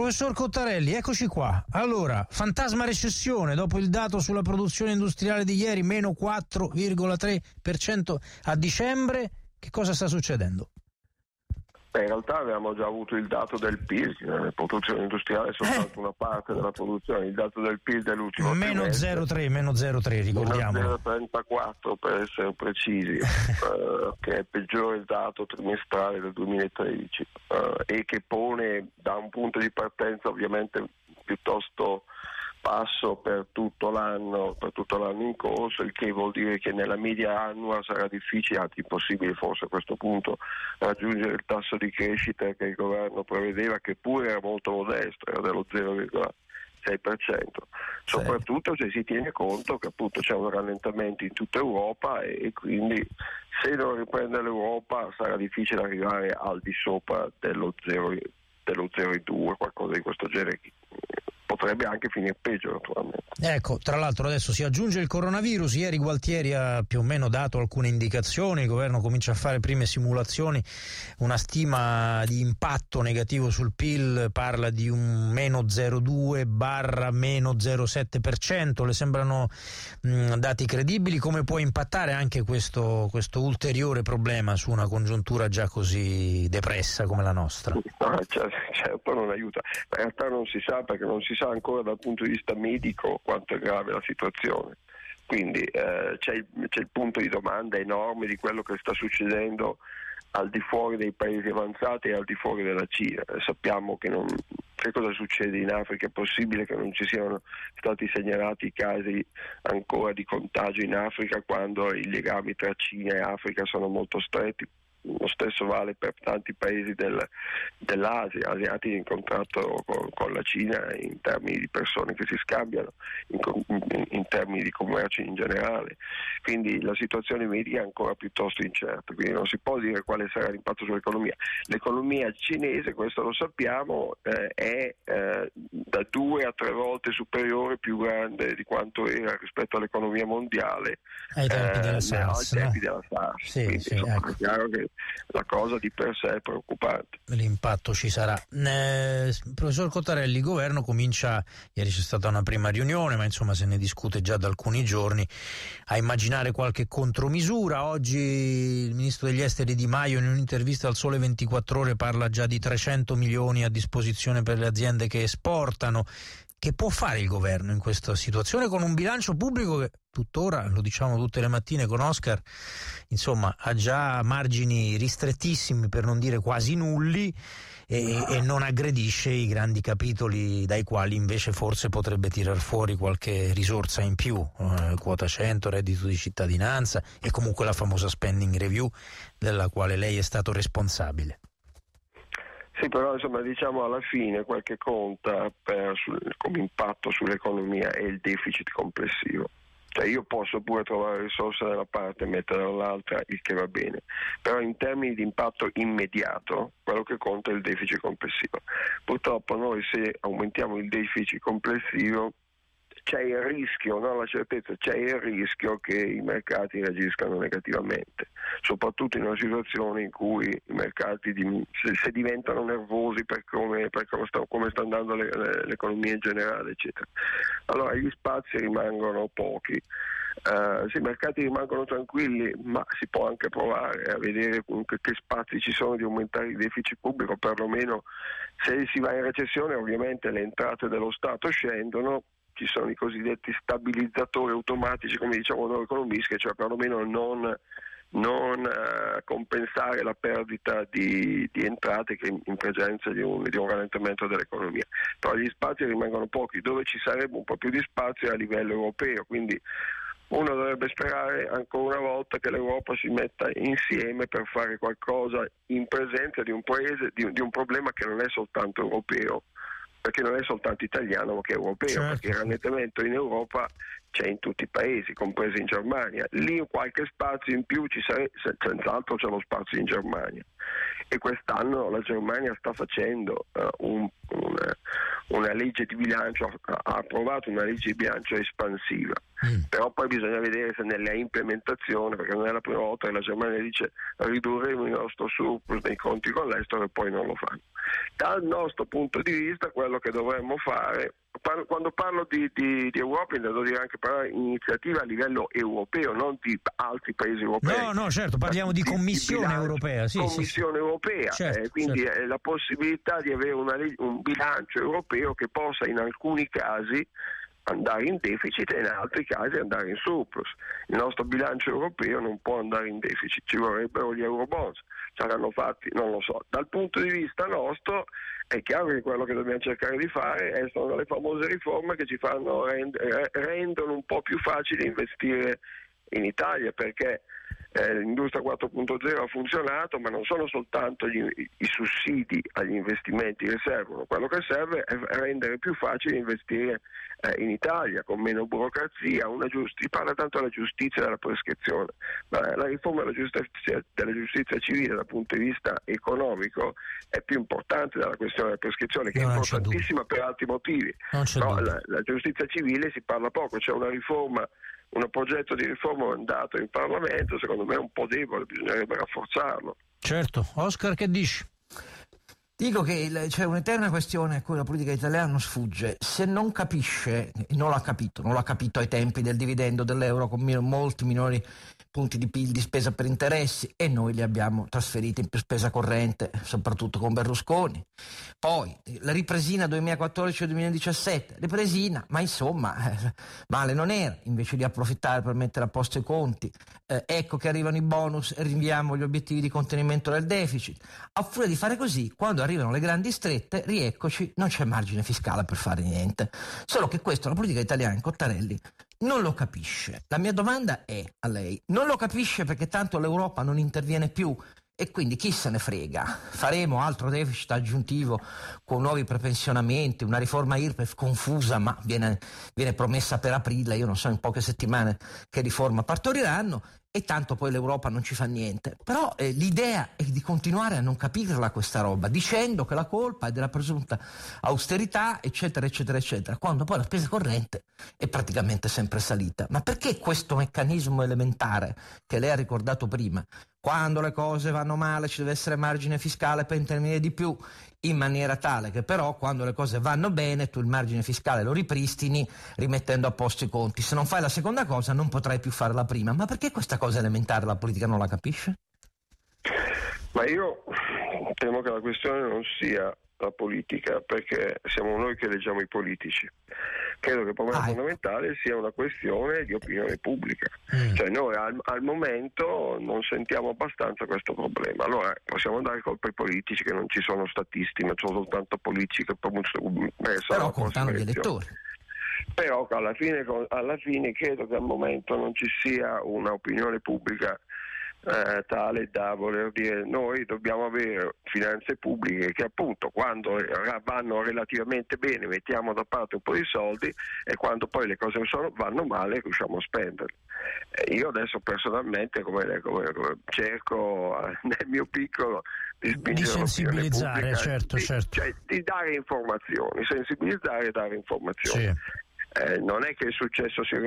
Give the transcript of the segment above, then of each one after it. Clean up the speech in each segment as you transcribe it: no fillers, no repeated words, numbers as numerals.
Professor Cottarelli, eccoci qua. Allora, fantasma recessione dopo il dato sulla produzione industriale di ieri, meno 4,3% a dicembre. Che cosa sta succedendo? In realtà avevamo già avuto il dato del PIL, la produzione industriale è soltanto una parte della produzione, il dato del PIL dell'ultimo meno trimestre, meno 0,3, ricordiamo. Meno 0,34 per essere precisi, che è il peggiore dato trimestrale del 2013 e che pone da un punto di partenza ovviamente piuttosto basso per tutto l'anno in corso, il che vuol dire che nella media annua sarà difficile, anzi impossibile forse a questo punto, raggiungere il tasso di crescita che il governo prevedeva, che pure era molto modesto, era dello 0,6%, soprattutto se si tiene conto che appunto c'è un rallentamento in tutta Europa e quindi se non riprende l'Europa sarà difficile arrivare al di sopra dello 0,2, qualcosa di questo genere. Potrebbe anche finire peggio, naturalmente. Ecco, tra l'altro adesso si aggiunge il coronavirus. Ieri Gualtieri ha più o meno dato alcune indicazioni, il governo comincia a fare prime simulazioni, una stima di impatto negativo sul PIL parla di un meno 0,2 / meno 0,7%, le sembrano dati credibili? Come può impattare anche questo ulteriore problema su una congiuntura già così depressa come la nostra? No, certo non aiuta, in realtà non si sa, perché non si sa ancora dal punto di vista medico quanto è grave la situazione, quindi c'è il punto di domanda enorme di quello che sta succedendo al di fuori dei paesi avanzati e al di fuori della Cina. Sappiamo che cosa succede in Africa, è possibile che non ci siano stati segnalati casi ancora di contagio in Africa quando i legami tra Cina e Africa sono molto stretti. Lo stesso vale per tanti paesi dell'Asia, asiatici in contratto con la Cina in termini di persone che si scambiano, in termini di commercio in generale. Quindi la situazione media è ancora piuttosto incerta, quindi non si può dire quale sarà l'impatto sull'economia. L'economia cinese, questo lo sappiamo, è da 2 a 3 volte superiore, più grande di quanto era rispetto all'economia mondiale ai tempi della SARS. Sì, quindi ecco. È chiaro che la cosa di per sé è preoccupante. L'impatto ci sarà. Professor Cottarelli, il governo comincia, ieri c'è stata una prima riunione, ma insomma se ne discute già da alcuni giorni, a immaginare qualche contromisura. Oggi il ministro degli esteri Di Maio in un'intervista al Sole 24 Ore parla già di 300 milioni a disposizione per le aziende che esportano. Che può fare il governo in questa situazione con un bilancio pubblico che tuttora, lo diciamo tutte le mattine con Oscar, insomma ha già margini ristrettissimi, per non dire quasi nulli, e non aggredisce i grandi capitoli dai quali invece forse potrebbe tirar fuori qualche risorsa in più, quota 100, reddito di cittadinanza e comunque la famosa spending review della quale lei è stato responsabile. Sì, però insomma diciamo alla fine quel che conta come impatto sull'economia è il deficit complessivo. Cioè io posso pure trovare risorse da una parte e mettere dall'altra, il che va bene, però in termini di impatto immediato quello che conta è il deficit complessivo. Purtroppo noi, se aumentiamo il deficit complessivo, c'è il rischio, non la certezza, c'è il rischio che i mercati reagiscano negativamente, soprattutto in una situazione in cui i mercati se diventano nervosi per come sta andando l'economia in generale, eccetera. Allora gli spazi rimangono pochi. Se i mercati rimangono tranquilli, ma si può anche provare a vedere che spazi ci sono di aumentare il deficit pubblico, perlomeno se si va in recessione ovviamente le entrate dello Stato scendono, ci sono i cosiddetti stabilizzatori automatici, come diciamo noi economisti, cioè perlomeno non compensare la perdita di entrate che in presenza di un rallentamento dell'economia. Però gli spazi rimangono pochi, dove ci sarebbe un po' più di spazio a livello europeo, quindi uno dovrebbe sperare ancora una volta che l'Europa si metta insieme per fare qualcosa in presenza di un paese, di un problema che non è soltanto europeo, perché non è soltanto italiano ma che è europeo, certo. Perché il rallentamento in Europa c'è in tutti i paesi, compreso in Germania. Lì qualche spazio in più ci sarebbe, senz'altro c'è lo spazio in Germania, e quest'anno la Germania sta facendo una legge di bilancio, ha approvato una legge di bilancio espansiva, però poi bisogna vedere se nella implementazione, perché non è la prima volta che la Germania dice ridurremo il nostro surplus nei conti con l'estero e poi non lo fanno. Dal nostro punto di vista quello che dovremmo fare, quando parlo di Europa intendo dire anche iniziativa a livello europeo, non di altri paesi europei. No, certo, parliamo di Commissione europea. Commissione europea, certo, quindi certo. È la possibilità di avere un bilancio europeo che possa in alcuni casi andare in deficit e in altri casi andare in surplus. Il nostro bilancio europeo non può andare in deficit, ci vorrebbero gli eurobonds, saranno fatti, non lo so. Dal punto di vista nostro è chiaro che quello che dobbiamo cercare di fare sono le famose riforme che ci fanno rendono un po' più facile investire in Italia, perché l'industria 4.0 ha funzionato, ma non sono soltanto i sussidi agli investimenti che servono, quello che serve è rendere più facile investire in Italia con meno burocrazia, si parla tanto della giustizia e della prescrizione, ma la riforma della giustizia civile dal punto di vista economico è più importante della questione della prescrizione, che è importantissima per altri motivi. No, la giustizia civile si parla poco, c'è un progetto di riforma andato in Parlamento, secondo me è un po' debole, bisognerebbe rafforzarlo. Certo. Oscar, che dici? Dico che c'è un'eterna questione a cui la politica italiana non sfugge. Se non capisce, non l'ha capito ai tempi del dividendo dell'euro con molti minori punti di PIL di spesa per interessi, e noi li abbiamo trasferiti in più spesa corrente, soprattutto con Berlusconi. Poi la ripresina 2014-2017, ma insomma male non era, invece di approfittare per mettere a posto i conti. Ecco che arrivano i bonus e rinviamo gli obiettivi di contenimento del deficit. A furia di fare così, quando arrivano le grandi strette, rieccoci, non c'è margine fiscale per fare niente. Solo che questo la politica italiana in Cottarelli non lo capisce. La mia domanda è a lei: non lo capisce perché tanto l'Europa non interviene più e quindi chi se ne frega? Faremo altro deficit aggiuntivo con nuovi prepensionamenti, una riforma IRPEF confusa, ma viene promessa per aprile, io non so in poche settimane che riforma partoriranno, e tanto poi l'Europa non ci fa niente. Però l'idea è di continuare a non capirla questa roba, dicendo che la colpa è della presunta austerità, eccetera, eccetera, eccetera, quando poi la spesa corrente è praticamente sempre salita. Ma perché questo meccanismo elementare che lei ha ricordato prima? Quando le cose vanno male ci deve essere margine fiscale per intervenire di più, in maniera tale che però quando le cose vanno bene tu il margine fiscale lo ripristini rimettendo a posto i conti. Se non fai la seconda cosa non potrai più fare la prima. Ma perché questa cosa elementare la politica non la capisce? Ma io temo che la questione non sia la politica, perché siamo noi che eleggiamo i politici. Credo che il problema fondamentale sia una questione di opinione pubblica. Cioè noi al momento non sentiamo abbastanza questo problema. Allora possiamo dare colpa ai politici, che non ci sono statisti, ma sono soltanto politici che però contano gli elettori. Però alla fine credo che al momento non ci sia un'opinione pubblica tale da voler dire noi dobbiamo avere finanze pubbliche che appunto quando vanno relativamente bene mettiamo da parte un po' di soldi, e quando poi le cose vanno male riusciamo a spenderli. Io adesso personalmente come cerco nel mio piccolo di sensibilizzare, pubblica, certo. Cioè, di dare informazioni, sensibilizzare e dare informazioni. Sì. Non è che il successo sia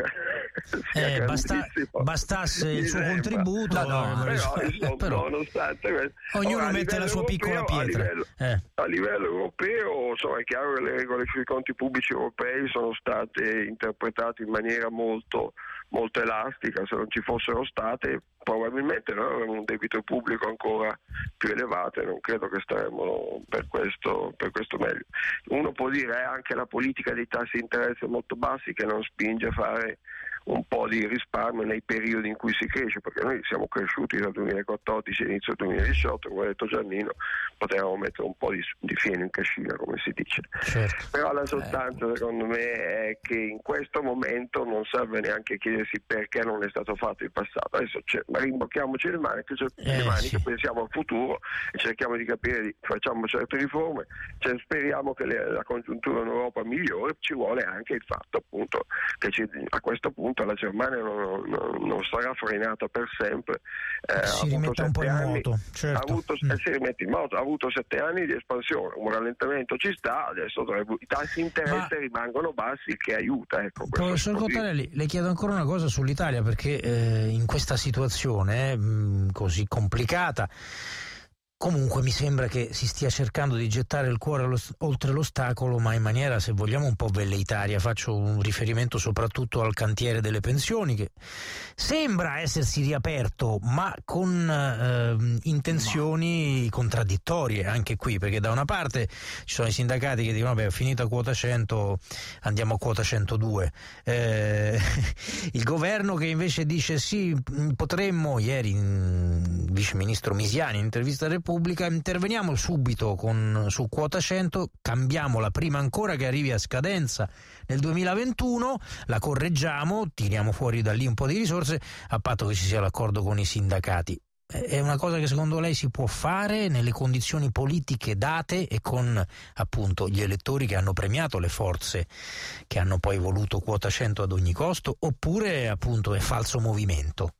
bastasse il suo contributo, però nonostante questo, ognuno mette la sua piccola pietra. A livello europeo, insomma, è chiaro che le regole sui conti pubblici europei sono state interpretate in maniera molto, molto elastica. Se non ci fossero state, probabilmente noi avremmo un debito pubblico ancora più elevato e non credo che staremmo per questo meglio. Uno può dire anche la politica dei tassi di interesse molto bassi che non spinge a fare un po' di risparmio nei periodi in cui si cresce, perché noi siamo cresciuti dal 2014 all'inizio del 2018, come ha detto Giannino, potevamo mettere un po' di fieno in cascina, come si dice. Certo. Però la sostanza secondo me è che in questo momento non serve neanche chiedersi perché non è stato fatto in passato. Adesso rimbocchiamoci le maniche, pensiamo al futuro e cerchiamo di capire, facciamo certe riforme, speriamo che la congiuntura in Europa migliore. Ci vuole anche il fatto appunto che a questo punto punto la Germania non sarà frenata per sempre. Si rimette un po' in moto, certo. Si rimette in moto, ha avuto 7 anni di espansione, un rallentamento ci sta, adesso i tassi di interesse rimangono bassi, che aiuta. Ecco, professor Cottarelli, le chiedo ancora una cosa sull'Italia, perché in questa situazione così complicata comunque mi sembra che si stia cercando di gettare il cuore oltre l'ostacolo, ma in maniera, se vogliamo, un po' velleitaria. Faccio un riferimento soprattutto al cantiere delle pensioni, che sembra essersi riaperto, ma con intenzioni contraddittorie anche qui, perché da una parte ci sono i sindacati che dicono: vabbè, finita quota 100 andiamo a quota 102, il governo che invece dice sì, potremmo, ieri il vice ministro Misiani in intervista a Repubblica, interveniamo subito su quota 100, cambiamola prima ancora che arrivi a scadenza nel 2021, la correggiamo, tiriamo fuori da lì un po' di risorse, a patto che ci sia l'accordo con i sindacati. È una cosa che secondo lei si può fare nelle condizioni politiche date e con appunto gli elettori che hanno premiato le forze che hanno poi voluto quota 100 ad ogni costo, oppure appunto è falso movimento?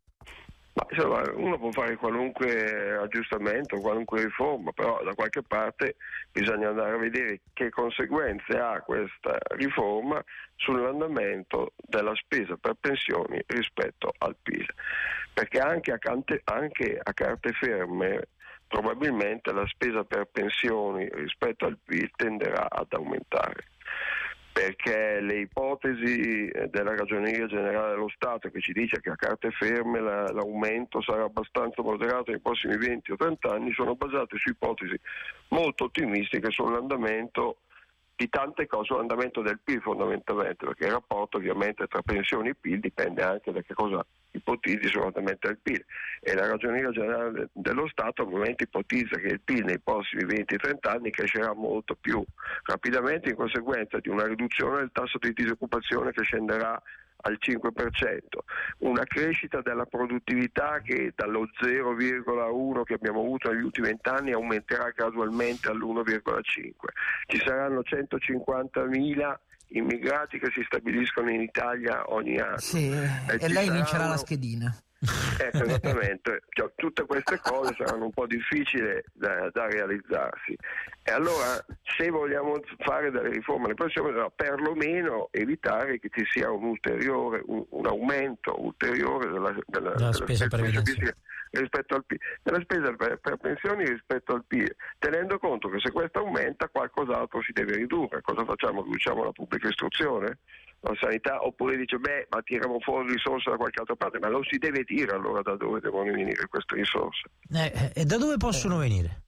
Ma insomma, uno può fare qualunque aggiustamento, qualunque riforma, però da qualche parte bisogna andare a vedere che conseguenze ha questa riforma sull'andamento della spesa per pensioni rispetto al PIL, perché anche a carte ferme probabilmente la spesa per pensioni rispetto al PIL tenderà ad aumentare, perché le ipotesi della Ragioneria Generale dello Stato, che ci dice che a carte ferme l'aumento sarà abbastanza moderato nei prossimi 20 o 30 anni, sono basate su ipotesi molto ottimistiche sull'andamento di tante cose, sull'andamento del PIL fondamentalmente, perché il rapporto ovviamente tra pensioni e PIL dipende anche da che cosa ipotizzi sull'andamento del PIL, e la Ragioneria Generale dello Stato ovviamente ipotizza che il PIL nei prossimi 20-30 anni crescerà molto più rapidamente in conseguenza di una riduzione del tasso di disoccupazione che scenderà al 5%, una crescita della produttività che dallo 0,1 che abbiamo avuto negli ultimi 20 anni aumenterà gradualmente all'1,5. Ci saranno 150.000 immigrati che si stabiliscono in Italia ogni anno. Sì, e lei vincerà la schedina. Esattamente, cioè, tutte queste cose saranno un po' difficili da realizzarsi, e allora se vogliamo fare delle riforme alle pensioni, perlomeno evitare che ci sia un aumento ulteriore della spesa previdenziale rispetto al PIL, della spesa per pensioni rispetto al PIL, tenendo conto che se questo aumenta qualcos'altro si deve ridurre. Cosa facciamo? Riduciamo la pubblica istruzione, la sanità, oppure dice ma tiriamo fuori risorse da qualche altra parte, ma lo si deve dire allora da dove devono venire queste risorse. E da dove possono venire?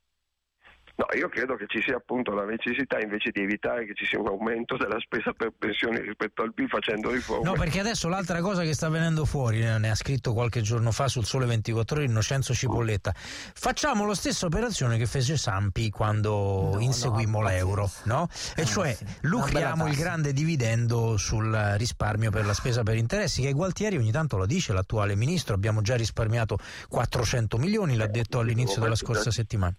No, io credo che ci sia appunto la necessità invece di evitare che ci sia un aumento della spesa per pensioni rispetto al PIL facendo riforme. No, perché adesso l'altra cosa che sta venendo fuori, ne ha scritto qualche giorno fa sul Sole 24 Ore Innocenzo Cipolletta, facciamo la stessa operazione che fece Ciampi quando inseguimmo l'euro, no? E cioè lucriamo il grande dividendo sul risparmio per la spesa per interessi, che Gualtieri ogni tanto lo dice, l'attuale ministro, abbiamo già risparmiato 400 milioni, l'ha detto all'inizio della scorsa settimana.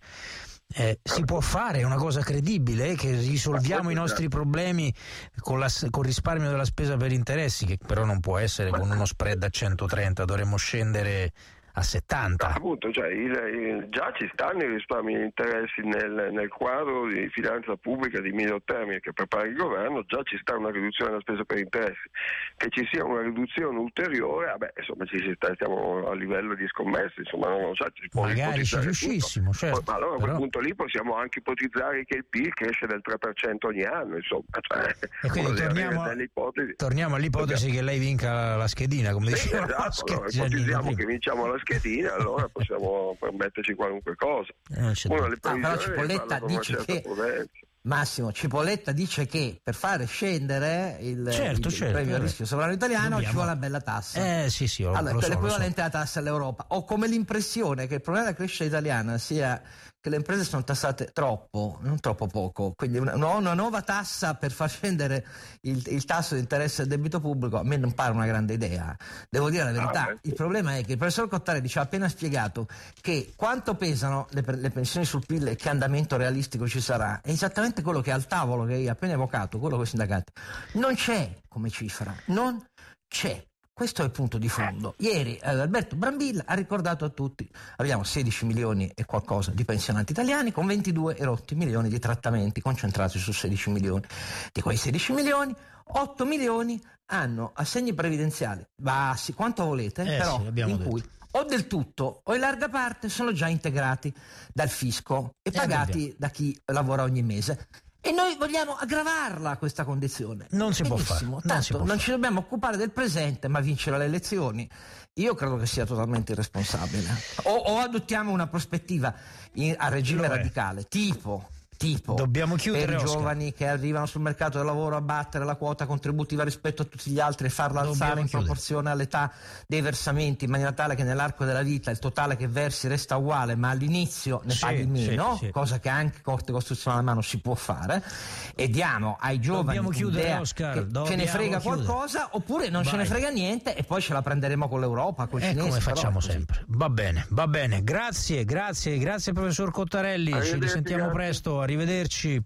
Si può fare, è una cosa credibile, che risolviamo i nostri problemi con risparmio della spesa per interessi, che però non può essere con uno spread a 130, dovremmo scendere a 70. Appunto, cioè già ci stanno i risparmi di interessi nel quadro di finanza pubblica di medio termine che prepara il governo, già ci sta una riduzione della spesa per interessi. Che ci sia una riduzione ulteriore, insomma stiamo a livello di scommesse, insomma non lo so, magari ci riuscissimo, certo. Ma allora a quel punto lì possiamo anche ipotizzare che il PIL cresce del 3% ogni anno, insomma. E quindi torniamo all'ipotesi che lei vinca la schedina, come diceva. Esatto, ipotizziamo che vinciamo la schedina, allora possiamo permetterci qualunque cosa. Però Cipolletta dice che Massimo Cipolletta dice che per fare scendere il premio a rischio sovrano italiano ci vuole una bella tassa. L'equivalente alla tassa all'Europa. Ho come l'impressione che il problema della crescita italiana sia che le imprese sono tassate troppo, non troppo poco, quindi una nuova tassa per far scendere il tasso di interesse del debito pubblico a me non pare una grande idea, devo dire la verità. Il problema è che il professor Cottarelli ci ha appena spiegato che quanto pesano le pensioni sul PIL e che andamento realistico ci sarà è esattamente quello che al tavolo che hai appena evocato, quello con i sindacati, non c'è come cifra, non c'è. Questo è il punto di fondo. Ieri Alberto Brambilla ha ricordato a tutti: abbiamo 16 milioni e qualcosa di pensionati italiani con 22 e rotti milioni di trattamenti concentrati su 16 milioni. Di quei 16 milioni, 8 milioni hanno assegni previdenziali bassi, quanto volete, però sì, in cui o del tutto o in larga parte sono già integrati dal fisco e pagati da chi lavora ogni mese. E noi vogliamo aggravarla questa condizione. Non si può fare. Non ci dobbiamo occupare del presente, ma vincere le elezioni. Io credo che sia totalmente irresponsabile. O adottiamo una prospettiva a regime radicale, tipo dobbiamo chiudere, per i Oscar. giovani che arrivano sul mercato del lavoro, abbattere la quota contributiva rispetto a tutti gli altri e farla alzare in proporzione all'età dei versamenti, in maniera tale che nell'arco della vita il totale che versi resta uguale, ma all'inizio ne paghi meno, cosa che anche Corte Costituzionale a mano si può fare, e diamo ai giovani un'idea che ce ne frega qualcosa, oppure non ce ne frega niente e poi ce la prenderemo con l'Europa, con i cinesi. Come facciamo sempre. Va bene. Grazie professor Cottarelli, ci risentiamo presto, arrivederci.